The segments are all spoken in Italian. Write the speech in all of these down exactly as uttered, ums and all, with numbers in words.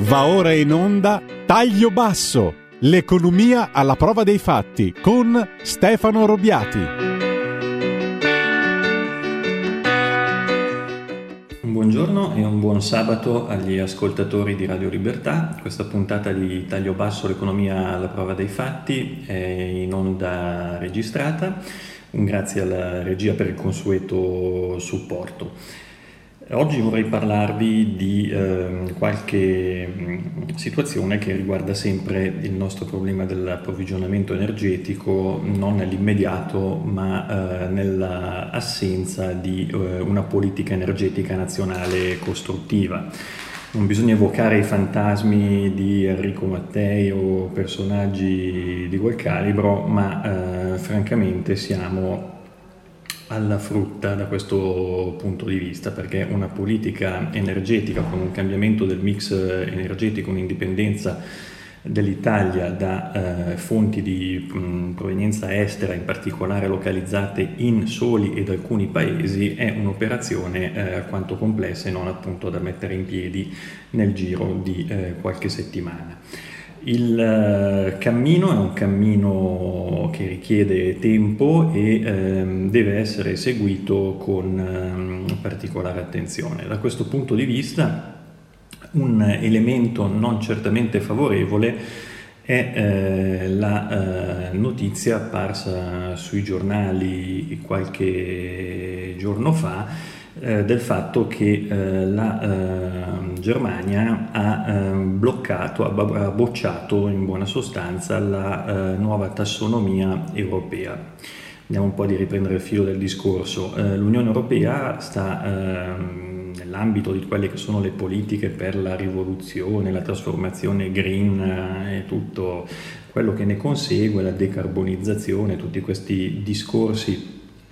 Va ora in onda Taglio Basso, l'economia alla prova dei fatti con Stefano Robiati. Un buongiorno e un buon sabato agli ascoltatori di Radio Libertà. Questa puntata di Taglio Basso, l'economia alla prova dei fatti è in onda registrata. Un grazie alla regia per il consueto supporto. Oggi vorrei parlarvi di eh, qualche mh, situazione che riguarda sempre il nostro problema dell'approvvigionamento energetico, non nell'immediato ma eh, nell'assenza di eh, una politica energetica nazionale costruttiva. Non bisogna evocare i fantasmi di Enrico Mattei o personaggi di quel calibro, ma eh, francamente siamo alla frutta da questo punto di vista, perché una politica energetica con un cambiamento del mix energetico, un'indipendenza dell'Italia da eh, fonti di mh, provenienza estera, in particolare localizzate in soli ed alcuni paesi, è un'operazione eh, alquanto complessa e non appunto da mettere in piedi nel giro di eh, qualche settimana. Il uh, cammino è un cammino che richiede tempo e ehm, deve essere seguito con ehm, particolare attenzione. Da questo punto di vista, un elemento non certamente favorevole è eh, la eh, notizia apparsa sui giornali qualche giorno fa Eh, del fatto che eh, la eh, Germania ha eh, bloccato, ha bocciato in buona sostanza la eh, nuova tassonomia europea. Andiamo un po' di riprendere il filo del discorso. Eh, L'Unione Europea sta eh, nell'ambito di quelle che sono le politiche per la rivoluzione, la trasformazione green eh, e tutto quello che ne consegue, la decarbonizzazione, tutti questi discorsi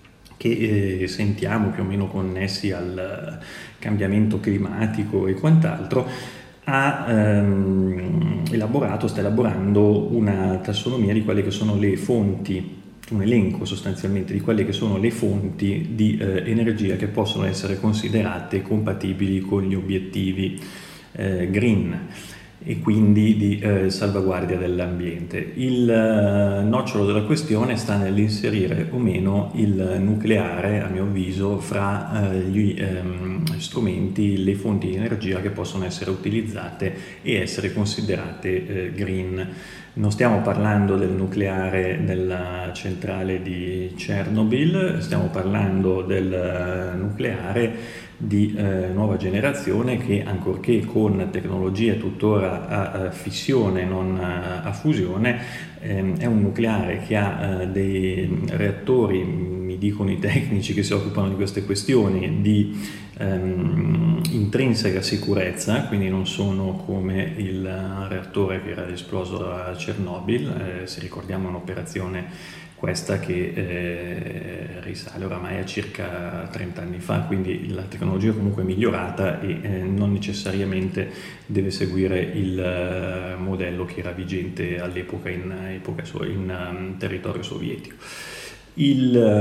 che eh, sentiamo più o meno connessi al cambiamento climatico e quant'altro, ha ehm, elaborato, sta elaborando una tassonomia di quelle che sono le fonti, un elenco sostanzialmente di quelle che sono le fonti di eh, energia che possono essere considerate compatibili con gli obiettivi eh, green e quindi di eh, salvaguardia dell'ambiente. Il eh, nocciolo della questione sta nell'inserire o meno il nucleare, a mio avviso, fra eh, gli ehm, strumenti, le fonti di energia che possono essere utilizzate e essere considerate eh, green. Non stiamo parlando del nucleare della centrale di Chernobyl, stiamo parlando del nucleare di eh, nuova generazione che, ancorché con tecnologie tuttora a, a fissione, non a, a fusione, ehm, è un nucleare che ha eh, dei reattori, mi dicono i tecnici che si occupano di queste questioni, di ehm, intrinseca sicurezza, quindi non sono come il reattore che era esploso a Chernobyl. Eh, se ricordiamo, un'operazione questa che eh, risale oramai a circa trenta anni fa, quindi la tecnologia è comunque migliorata e eh, non necessariamente deve seguire il uh, modello che era vigente all'epoca in, epoca, in um, territorio sovietico. I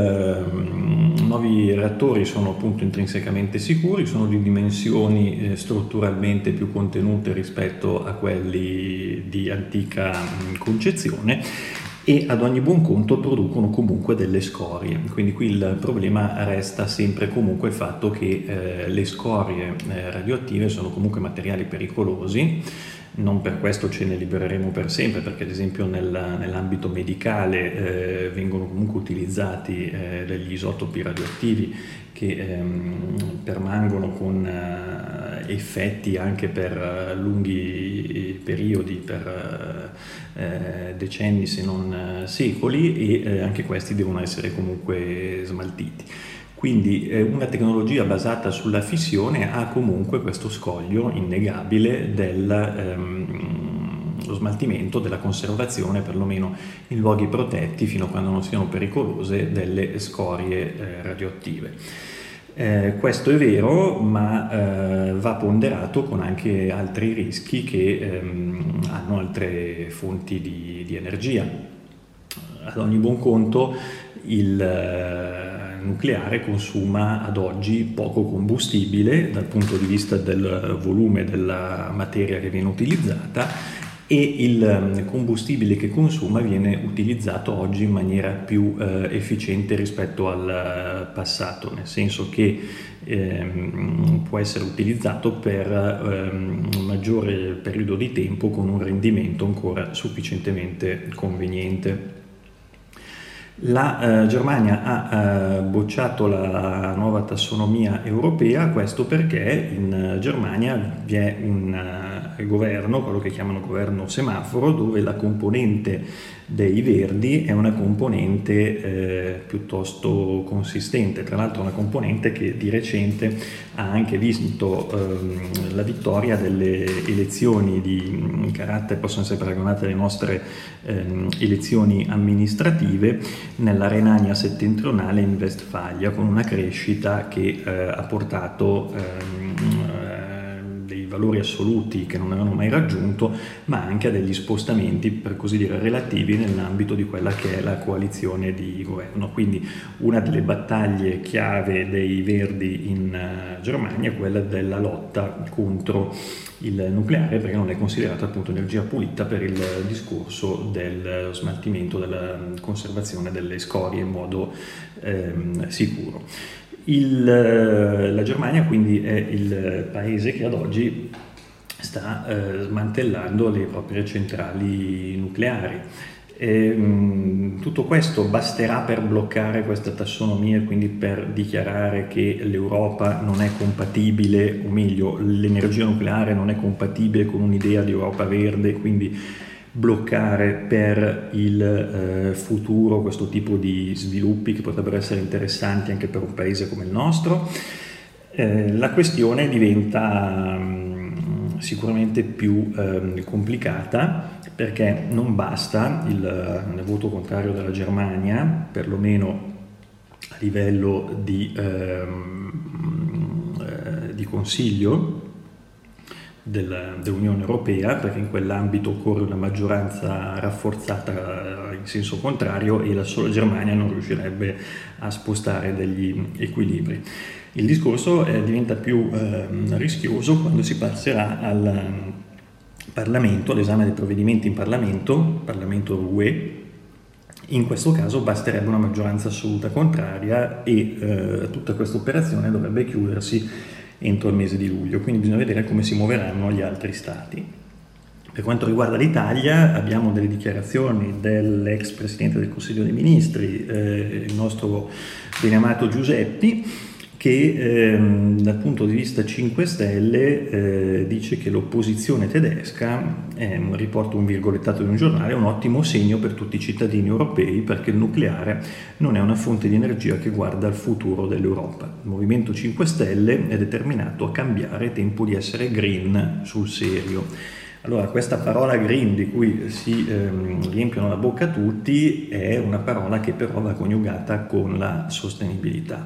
uh, nuovi reattori sono appunto intrinsecamente sicuri, sono di dimensioni eh, strutturalmente più contenute rispetto a quelli di antica mh, concezione, e ad ogni buon conto producono comunque delle scorie. Quindi qui il problema resta sempre comunque il fatto che eh, le scorie eh, radioattive sono comunque materiali pericolosi. Non per questo ce ne libereremo per sempre, perché ad esempio nel, nell'ambito medicale eh, vengono comunque utilizzati eh, degli isotopi radioattivi che ehm, permangono con eh, effetti anche per eh, lunghi periodi, per eh, decenni se non eh, secoli, e eh, anche questi devono essere comunque smaltiti. Quindi eh, una tecnologia basata sulla fissione ha comunque questo scoglio innegabile del ehm, lo smaltimento, della conservazione, perlomeno in luoghi protetti fino a quando non siano pericolose, delle scorie eh, radioattive. Eh, questo è vero, ma eh, va ponderato con anche altri rischi che ehm, hanno altre fonti di, di energia. Ad ogni buon conto il nucleare consuma ad oggi poco combustibile dal punto di vista del volume della materia che viene utilizzata, e il combustibile che consuma viene utilizzato oggi in maniera più eh, efficiente rispetto al passato, nel senso che ehm, può essere utilizzato per ehm, un maggiore periodo di tempo con un rendimento ancora sufficientemente conveniente. La eh, Germania ha eh, bocciato la nuova tassonomia europea, questo perché in Germania vi è un eh, governo, quello che chiamano governo semaforo, dove la componente dei Verdi è una componente eh, piuttosto consistente, tra l'altro una componente che di recente ha anche visto ehm, la vittoria delle elezioni di carattere, possono essere paragonate alle nostre ehm, elezioni amministrative, nella Renania settentrionale in Westfalia, con una crescita che eh, ha portato ehm, dei valori assoluti che non avevano mai raggiunto, ma anche a degli spostamenti, per così dire, relativi nell'ambito di quella che è la coalizione di governo. Quindi una delle battaglie chiave dei Verdi in uh, Germania è quella della lotta contro il nucleare, perché non è considerata appunto energia pulita per il discorso del smaltimento, della conservazione delle scorie in modo ehm, sicuro. Il, la Germania quindi è il paese che ad oggi sta eh, smantellando le proprie centrali nucleari. E, mh, tutto questo basterà per bloccare questa tassonomia e quindi per dichiarare che l'Europa non è compatibile, o meglio, l'energia nucleare non è compatibile con un'idea di Europa verde, quindi bloccare per il eh, futuro questo tipo di sviluppi che potrebbero essere interessanti anche per un paese come il nostro. Eh, la questione diventa mh, sicuramente più eh, complicata, perché non basta il, il voto contrario della Germania, perlomeno a livello di, ehm, eh, di Consiglio dell'Unione Europea, perché in quell'ambito occorre una maggioranza rafforzata in senso contrario e la sola Germania non riuscirebbe a spostare degli equilibri. Il discorso eh, diventa più eh, rischioso quando si passerà al Parlamento, all'esame dei provvedimenti in Parlamento, Parlamento U E. In questo caso basterebbe una maggioranza assoluta contraria e eh, tutta questa operazione dovrebbe chiudersi entro il mese di luglio, quindi bisogna vedere come si muoveranno gli altri stati. Per quanto riguarda l'Italia, abbiamo delle dichiarazioni dell'ex Presidente del Consiglio dei Ministri, eh, il nostro beneamato Giuseppi, che ehm, dal punto di vista cinque Stelle eh, dice che l'opposizione tedesca, è un riporto un virgolettato di un giornale, è un ottimo segno per tutti i cittadini europei, perché il nucleare non è una fonte di energia che guarda al futuro dell'Europa. Il Movimento cinque Stelle è determinato a cambiare, è tempo di essere green sul serio. Allora, questa parola green di cui si ehm, riempiono la bocca tutti è una parola che però va coniugata con la sostenibilità.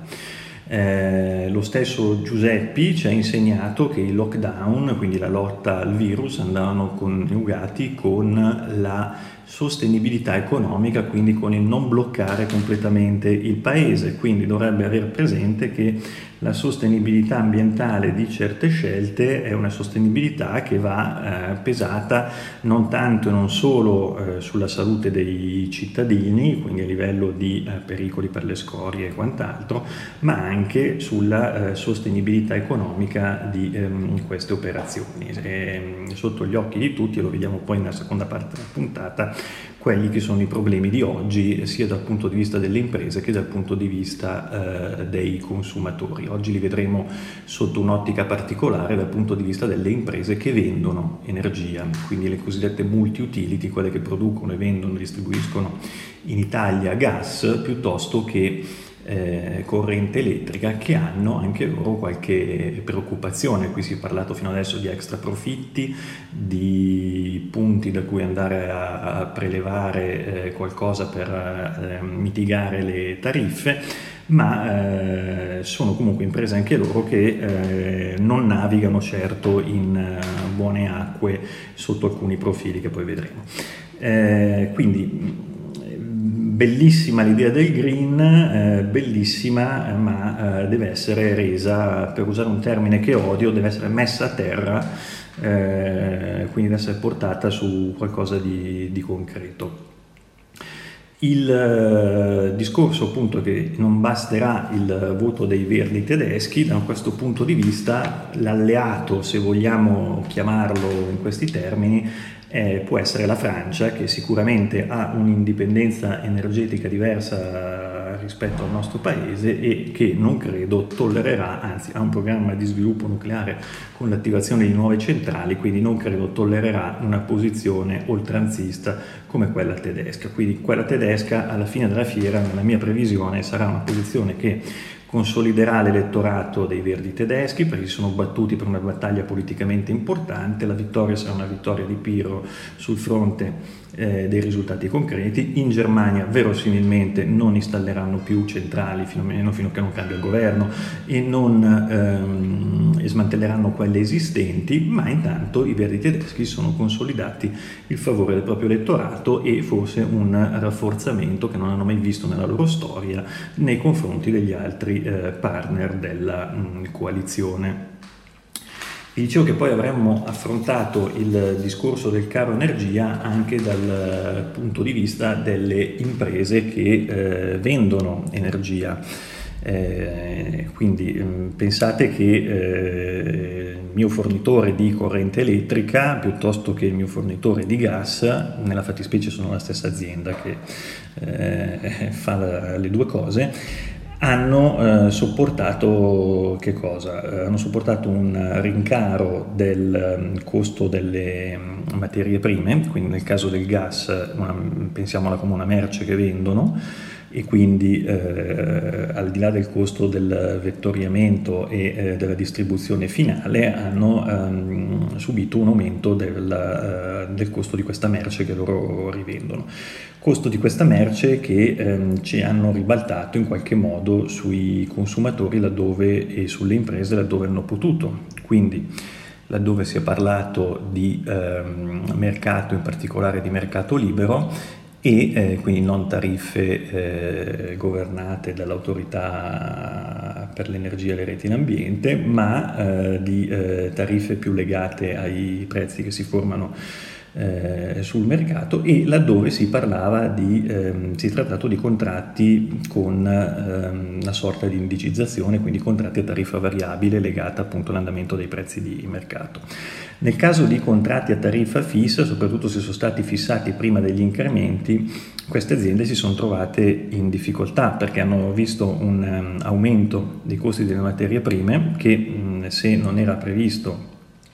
Eh, lo stesso Giuseppi ci ha insegnato che i lockdown, quindi la lotta al virus, andavano coniugati con la sostenibilità economica, quindi con il non bloccare completamente il paese. Quindi dovrebbe aver presente che la sostenibilità ambientale di certe scelte è una sostenibilità che va eh, pesata non tanto e non solo eh, sulla salute dei cittadini, quindi a livello di eh, pericoli per le scorie e quant'altro, ma anche sulla eh, sostenibilità economica di ehm, queste operazioni. E, sotto gli occhi di tutti, e lo vediamo poi nella seconda parte della puntata, quelli che sono i problemi di oggi, sia dal punto di vista delle imprese che dal punto di vista eh, dei consumatori. Oggi li vedremo sotto un'ottica particolare dal punto di vista delle imprese che vendono energia, quindi le cosiddette multi-utility, quelle che producono e vendono e distribuiscono in Italia gas piuttosto che eh, corrente elettrica, che hanno anche loro qualche preoccupazione. Qui si è parlato fino adesso di extra profitti, di punti da cui andare a, a prelevare eh, qualcosa per eh, mitigare le tariffe, ma eh, sono comunque imprese anche loro che eh, non navigano certo in uh, buone acque sotto alcuni profili che poi vedremo. Eh, quindi bellissima l'idea del green, eh, bellissima, ma eh, deve essere resa, per usare un termine che odio, deve essere messa a terra, eh, quindi deve essere portata su qualcosa di, di concreto. Il eh, discorso appunto che non basterà il voto dei verdi tedeschi, da questo punto di vista l'alleato, se vogliamo chiamarlo in questi termini, eh, può essere la Francia, che sicuramente ha un'indipendenza energetica diversa rispetto al nostro paese e che non credo tollererà, anzi ha un programma di sviluppo nucleare con l'attivazione di nuove centrali, quindi non credo tollererà una posizione oltranzista come quella tedesca. Quindi quella tedesca alla fine della fiera, nella mia previsione, sarà una posizione che consoliderà l'elettorato dei verdi tedeschi, perché si sono battuti per una battaglia politicamente importante. La vittoria sarà una vittoria di Pirro sul fronte eh, dei risultati concreti. In Germania verosimilmente non installeranno più centrali, fino a meno fino a che non cambia il governo, e non ehm, e smantelleranno quelle esistenti, ma intanto i verdi tedeschi sono consolidati il favore del proprio elettorato e forse un rafforzamento che non hanno mai visto nella loro storia nei confronti degli altri eh, partner della mh, coalizione. Vi dicevo che poi avremmo affrontato il discorso del caro energia anche dal punto di vista delle imprese che eh, vendono energia. Eh, quindi mh, pensate che eh, il mio fornitore di corrente elettrica piuttosto che il mio fornitore di gas, nella fattispecie sono la stessa azienda che eh, fa la, le due cose, hanno eh, sopportato che cosa? Eh, hanno sopportato un rincaro del um, costo delle um, materie prime, quindi nel caso del gas una, pensiamola come una merce che vendono, e quindi eh, al di là del costo del vettoriamento e eh, della distribuzione finale hanno um, subito un aumento del, uh, del costo di questa merce che loro rivendono. Costo di questa merce che ehm, ci hanno ribaltato in qualche modo sui consumatori laddove, e sulle imprese laddove hanno potuto. Quindi laddove si è parlato di ehm, mercato, in particolare di mercato libero, e eh, quindi non tariffe eh, governate dall'autorità per l'energia e le reti in ambiente, ma eh, di eh, tariffe più legate ai prezzi che si formano Eh, sul mercato, e laddove si parlava di ehm, si è trattato di contratti con ehm, una sorta di indicizzazione, quindi contratti a tariffa variabile legata appunto all'andamento dei prezzi di mercato. Nel caso di contratti a tariffa fissa, soprattutto se sono stati fissati prima degli incrementi, queste aziende si sono trovate in difficoltà perché hanno visto un um, aumento dei costi delle materie prime che mh, se non era previsto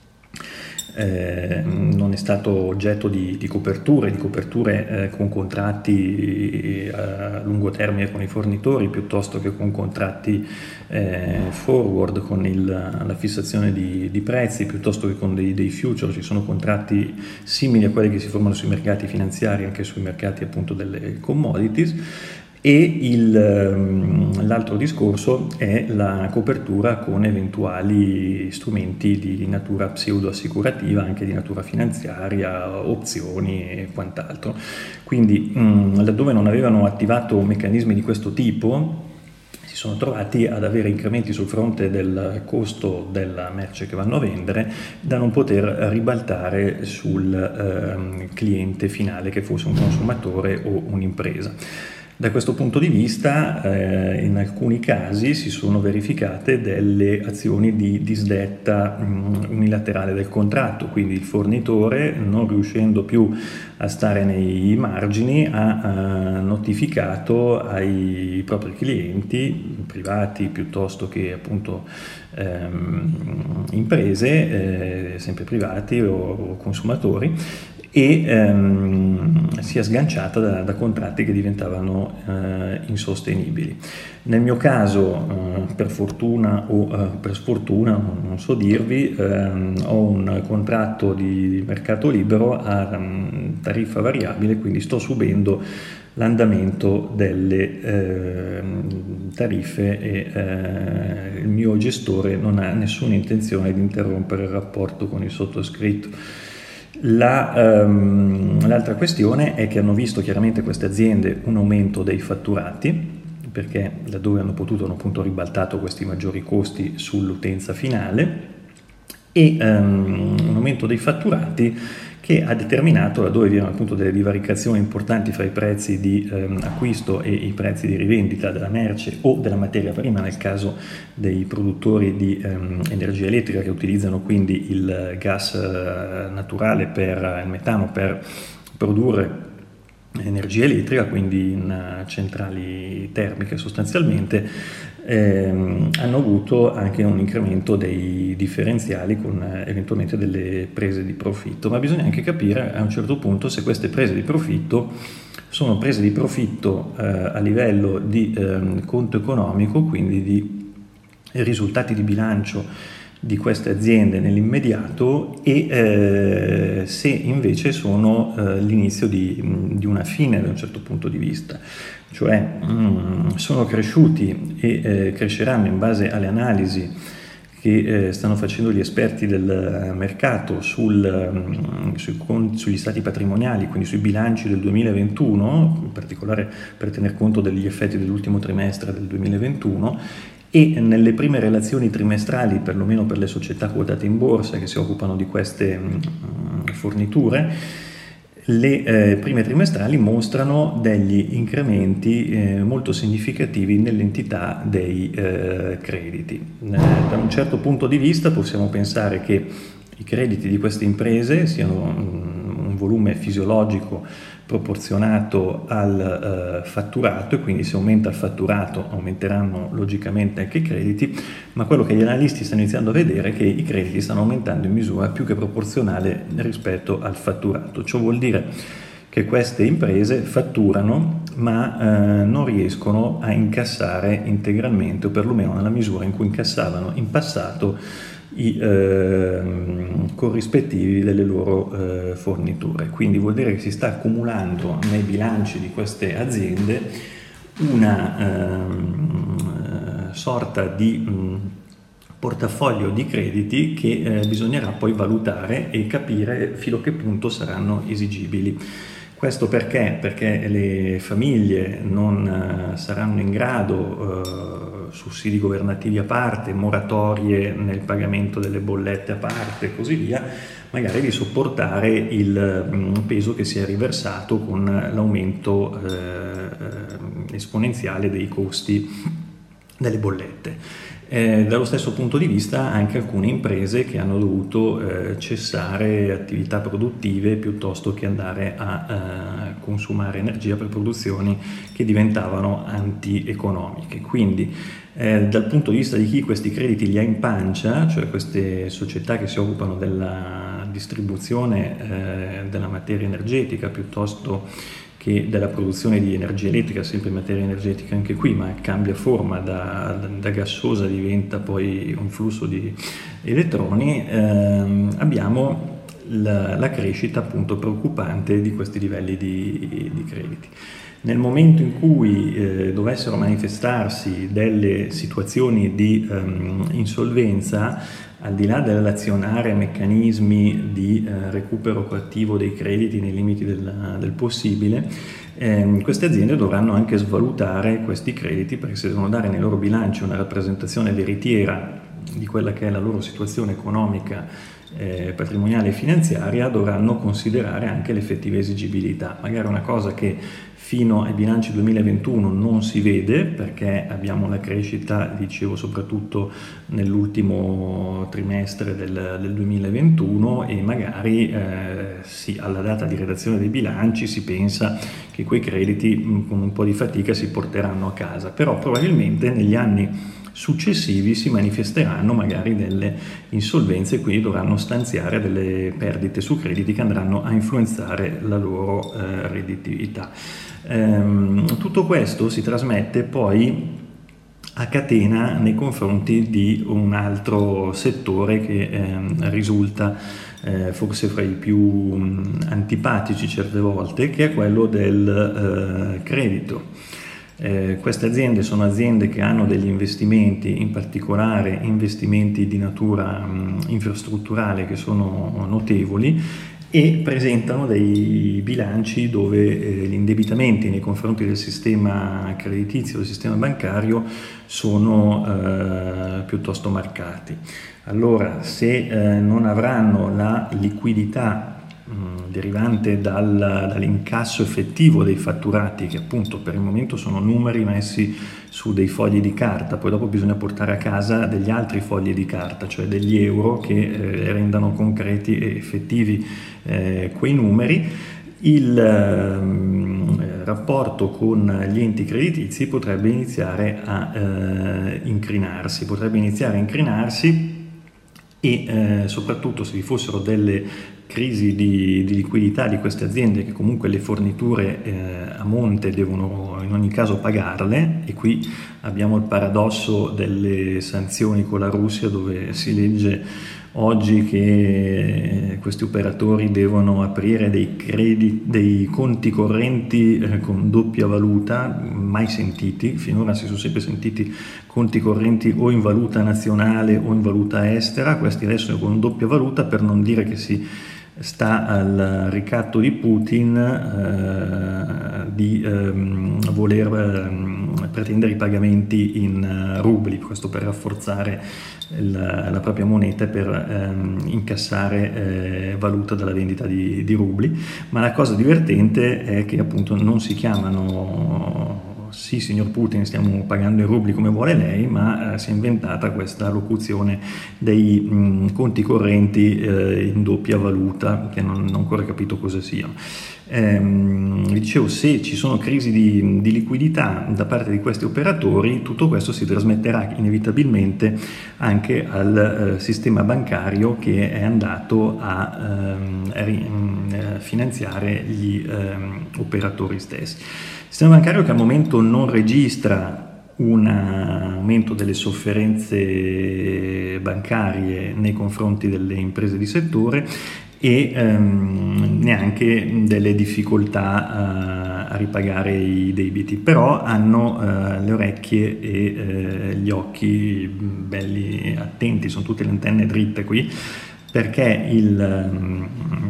Eh, non è stato oggetto di, di coperture, di coperture eh, con contratti a lungo termine con i fornitori piuttosto che con contratti eh, forward con il, la fissazione di, di prezzi, piuttosto che con dei, dei future. Ci sono contratti simili a quelli che si formano sui mercati finanziari, anche sui mercati appunto delle commodities. E il, l'altro discorso è la copertura con eventuali strumenti di natura pseudo-assicurativa, anche di natura finanziaria, opzioni e quant'altro. Quindi mh, laddove non avevano attivato meccanismi di questo tipo, si sono trovati ad avere incrementi sul fronte del costo della merce che vanno a vendere da non poter ribaltare sul eh, cliente finale, che fosse un consumatore o un'impresa. Da questo punto di vista, eh, in alcuni casi si sono verificate delle azioni di disdetta mh, unilaterale del contratto, quindi il fornitore, non riuscendo più a stare nei margini, ha eh, notificato ai propri clienti, privati piuttosto che appunto ehm, imprese, eh, sempre privati o, o consumatori, e ehm, si è sganciata da, da contratti che diventavano eh, insostenibili. Nel mio caso, eh, per fortuna o eh, per sfortuna, non so dirvi, ehm, ho un contratto di mercato libero a um, tariffa variabile, quindi sto subendo l'andamento delle eh, tariffe e eh, il mio gestore non ha nessuna intenzione di interrompere il rapporto con il sottoscritto. La, um, l'altra questione è che hanno visto chiaramente queste aziende un aumento dei fatturati, perché laddove hanno potuto hanno appunto ribaltato questi maggiori costi sull'utenza finale, e um, un aumento dei fatturati che ha determinato, laddove vi erano appunto delle divaricazioni importanti fra i prezzi di ehm, acquisto e i prezzi di rivendita della merce o della materia prima, nel caso dei produttori di ehm, energia elettrica che utilizzano quindi il gas eh, naturale per il metano per produrre energia elettrica, quindi in uh, centrali termiche sostanzialmente, ehm, hanno avuto anche un incremento dei differenziali con eh, eventualmente delle prese di profitto, ma bisogna anche capire a un certo punto se queste prese di profitto sono prese di profitto eh, a livello di eh, conto economico, quindi di risultati di bilancio di queste aziende nell'immediato, e eh, se invece sono eh, l'inizio di, di una fine da un certo punto di vista, cioè mh, sono cresciuti e eh, cresceranno in base alle analisi che eh, stanno facendo gli esperti del mercato sul, mh, sui, con, sugli stati patrimoniali, quindi sui bilanci del duemilaventuno, in particolare per tener conto degli effetti dell'ultimo trimestre del duemilaventuno, e nelle prime relazioni trimestrali, perlomeno per le società quotate in borsa che si occupano di queste mh, forniture, le eh, prime trimestrali mostrano degli incrementi eh, molto significativi nell'entità dei eh, crediti. Eh, da un certo punto di vista possiamo pensare che i crediti di queste imprese siano mh, un volume fisiologico proporzionato al uh, fatturato, e quindi se aumenta il fatturato aumenteranno logicamente anche i crediti, ma quello che gli analisti stanno iniziando a vedere è che i crediti stanno aumentando in misura più che proporzionale rispetto al fatturato. Ciò vuol dire che queste imprese fatturano ma eh, non riescono a incassare integralmente, o perlomeno nella misura in cui incassavano in passato i eh, corrispettivi delle loro eh, forniture. Quindi vuol dire che si sta accumulando nei bilanci di queste aziende una eh, sorta di mh, portafoglio di crediti che eh, bisognerà poi valutare e capire fino a che punto saranno esigibili. Questo perché? Perché le famiglie non eh, saranno in grado, eh, sussidi governativi a parte, moratorie nel pagamento delle bollette a parte e così via, magari di sopportare il mh, peso che si è riversato con l'aumento eh, esponenziale dei costi delle bollette. Eh, dallo stesso punto di vista anche alcune imprese che hanno dovuto eh, cessare attività produttive piuttosto che andare a eh, consumare energia per produzioni che diventavano antieconomiche. Quindi eh, dal punto di vista di chi questi crediti li ha in pancia, cioè queste società che si occupano della distribuzione eh, della materia energetica piuttosto che della produzione di energia elettrica, sempre materia energetica anche qui, ma cambia forma, da, da, da gassosa diventa poi un flusso di elettroni, ehm, abbiamo la, la crescita appunto preoccupante di questi livelli di, di crediti. Nel momento in cui eh, dovessero manifestarsi delle situazioni di ehm, insolvenza, al di là dell'azionare meccanismi di eh, recupero coattivo dei crediti nei limiti del, del possibile, ehm, queste aziende dovranno anche svalutare questi crediti, perché se devono dare nei loro bilanci una rappresentazione veritiera di quella che è la loro situazione economica, eh, patrimoniale e finanziaria, dovranno considerare anche l'effettiva esigibilità. Magari una cosa che fino ai bilanci duemilaventuno non si vede, perché abbiamo la crescita, dicevo, soprattutto nell'ultimo trimestre del, del duemilaventuno, e magari eh, sì, alla data di redazione dei bilanci si pensa che quei crediti con un po' di fatica si porteranno a casa, però probabilmente negli anni successivi si manifesteranno magari delle insolvenze e quindi dovranno stanziare delle perdite su crediti che andranno a influenzare la loro eh, redditività. Ehm, tutto questo si trasmette poi a catena nei confronti di un altro settore che eh, risulta eh, forse fra i più mh, antipatici certe volte, che è quello del eh, credito. Eh, queste aziende sono aziende che hanno degli investimenti, in particolare investimenti di natura mh, infrastrutturale, che sono notevoli, e presentano dei bilanci dove eh, gli indebitamenti nei confronti del sistema creditizio, del sistema bancario, sono eh, piuttosto marcati. Allora, se eh, non avranno la liquidità mh, derivante dal, dall'incasso effettivo dei fatturati, che appunto per il momento sono numeri messi su dei fogli di carta, poi dopo bisogna portare a casa degli altri fogli di carta, cioè degli euro che eh, rendano concreti e effettivi eh, quei numeri, il eh, rapporto con gli enti creditizi potrebbe iniziare a eh, incrinarsi, potrebbe iniziare a incrinarsi e eh, soprattutto se vi fossero delle crisi di, di liquidità di queste aziende, che comunque le forniture eh, a monte devono in ogni caso pagarle, e qui abbiamo il paradosso delle sanzioni con la Russia, dove si legge oggi che questi operatori devono aprire dei, crediti, dei conti correnti eh, con doppia valuta, mai sentiti. Finora si sono sempre sentiti conti correnti o in valuta nazionale o in valuta estera, questi adesso con doppia valuta, per non dire che si sta al ricatto di Putin eh, di ehm, voler ehm, pretendere i pagamenti in uh, rubli, questo per rafforzare la, la propria moneta e per ehm, incassare eh, valuta dalla vendita di, di rubli. Ma la cosa divertente è che appunto non si chiamano sì signor Putin, stiamo pagando in rubli come vuole lei, ma eh, si è inventata questa locuzione dei mh, conti correnti eh, in doppia valuta, che non, non ho ancora capito cosa siano. Ehm, dicevo, se ci sono crisi di, di liquidità da parte di questi operatori, tutto questo si trasmetterà inevitabilmente anche al eh, sistema bancario, che è andato a ehm, ri, mh, finanziare gli ehm, operatori stessi. Il sistema bancario, che al momento non registra un aumento delle sofferenze bancarie nei confronti delle imprese di settore e ehm, neanche delle difficoltà a, a ripagare i debiti, però hanno eh, le orecchie e eh, gli occhi belli attenti, sono tutte le antenne dritte qui, perché il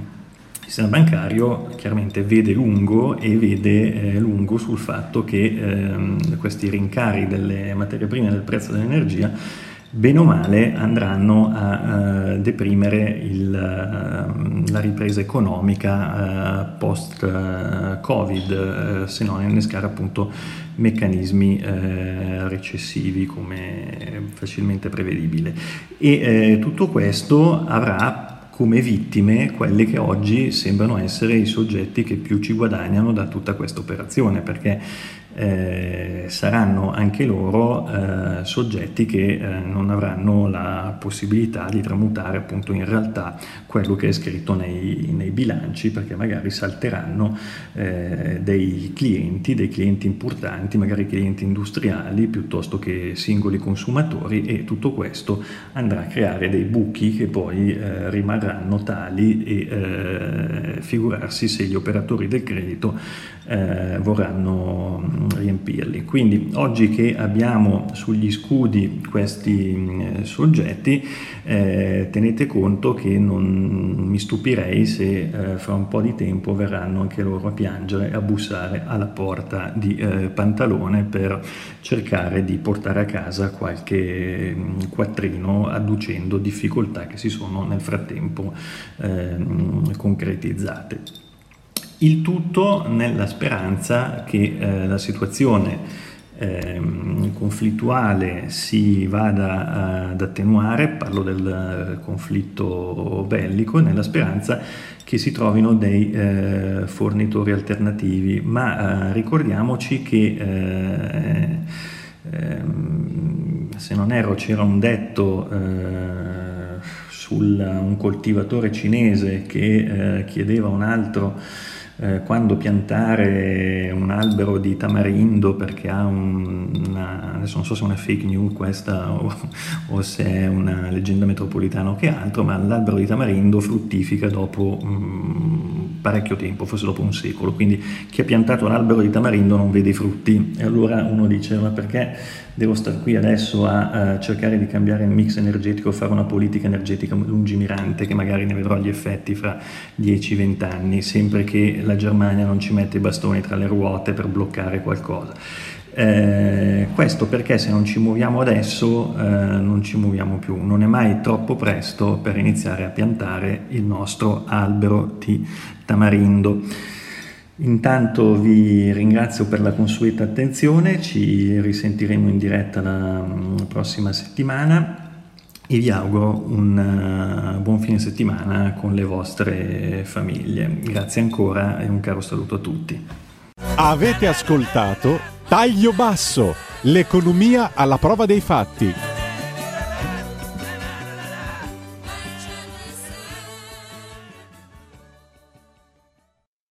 il sistema bancario chiaramente vede lungo e vede eh, lungo sul fatto che eh, questi rincari delle materie prime e del prezzo dell'energia bene o male andranno a uh, deprimere il, uh, la ripresa economica uh, post-Covid, uh, se non innescare appunto meccanismi uh, recessivi, come facilmente prevedibile. E uh, tutto questo avrà come vittime quelle che oggi sembrano essere i soggetti che più ci guadagnano da tutta questa operazione, perché eh, saranno anche loro eh, soggetti che eh, non avranno la possibilità di tramutare appunto in realtà quello che è scritto nei, nei bilanci, perché magari salteranno eh, dei clienti, dei clienti importanti, magari clienti industriali piuttosto che singoli consumatori, e tutto questo andrà a creare dei buchi che poi eh, rimarranno tali, e eh, figurarsi se gli operatori del credito eh, vorranno riempirli. Quindi oggi che abbiamo sugli scudi questi eh, soggetti, eh, tenete conto che non mi stupirei se eh, fra un po' di tempo verranno anche loro a piangere e a bussare alla porta di eh, Pantalone per cercare di portare a casa qualche mh, quattrino, adducendo difficoltà che si sono nel frattempo eh, concretizzate. Il tutto nella speranza che eh, la situazione eh, conflittuale si vada ad attenuare, parlo del conflitto bellico, nella speranza che si trovino dei eh, fornitori alternativi, ma eh, ricordiamoci che eh, eh, se non erro c'era un detto eh, su un coltivatore cinese che eh, chiedeva a un altro Eh, quando piantare un albero di tamarindo, perché ha un, una, adesso non so se è una fake news questa o, o se è una leggenda metropolitana o che altro, ma l'albero di tamarindo fruttifica dopo um, parecchio tempo, forse dopo un secolo, quindi chi ha piantato un albero di tamarindo non vede i frutti, e allora uno dice: ma perché devo stare qui adesso a, a cercare di cambiare il mix energetico, fare una politica energetica lungimirante che magari ne vedrò gli effetti fra dieci venti anni, sempre che la Germania non ci mette i bastoni tra le ruote per bloccare qualcosa. Eh, questo perché se non ci muoviamo adesso eh, non ci muoviamo più, non è mai troppo presto per iniziare a piantare il nostro albero di tamarindo. Intanto vi ringrazio per la consueta attenzione, ci risentiremo in diretta la um, prossima settimana e vi auguro un uh, buon fine settimana con le vostre famiglie. Grazie ancora e un caro saluto a tutti. Avete ascoltato Taglio Basso, l'economia alla prova dei fatti.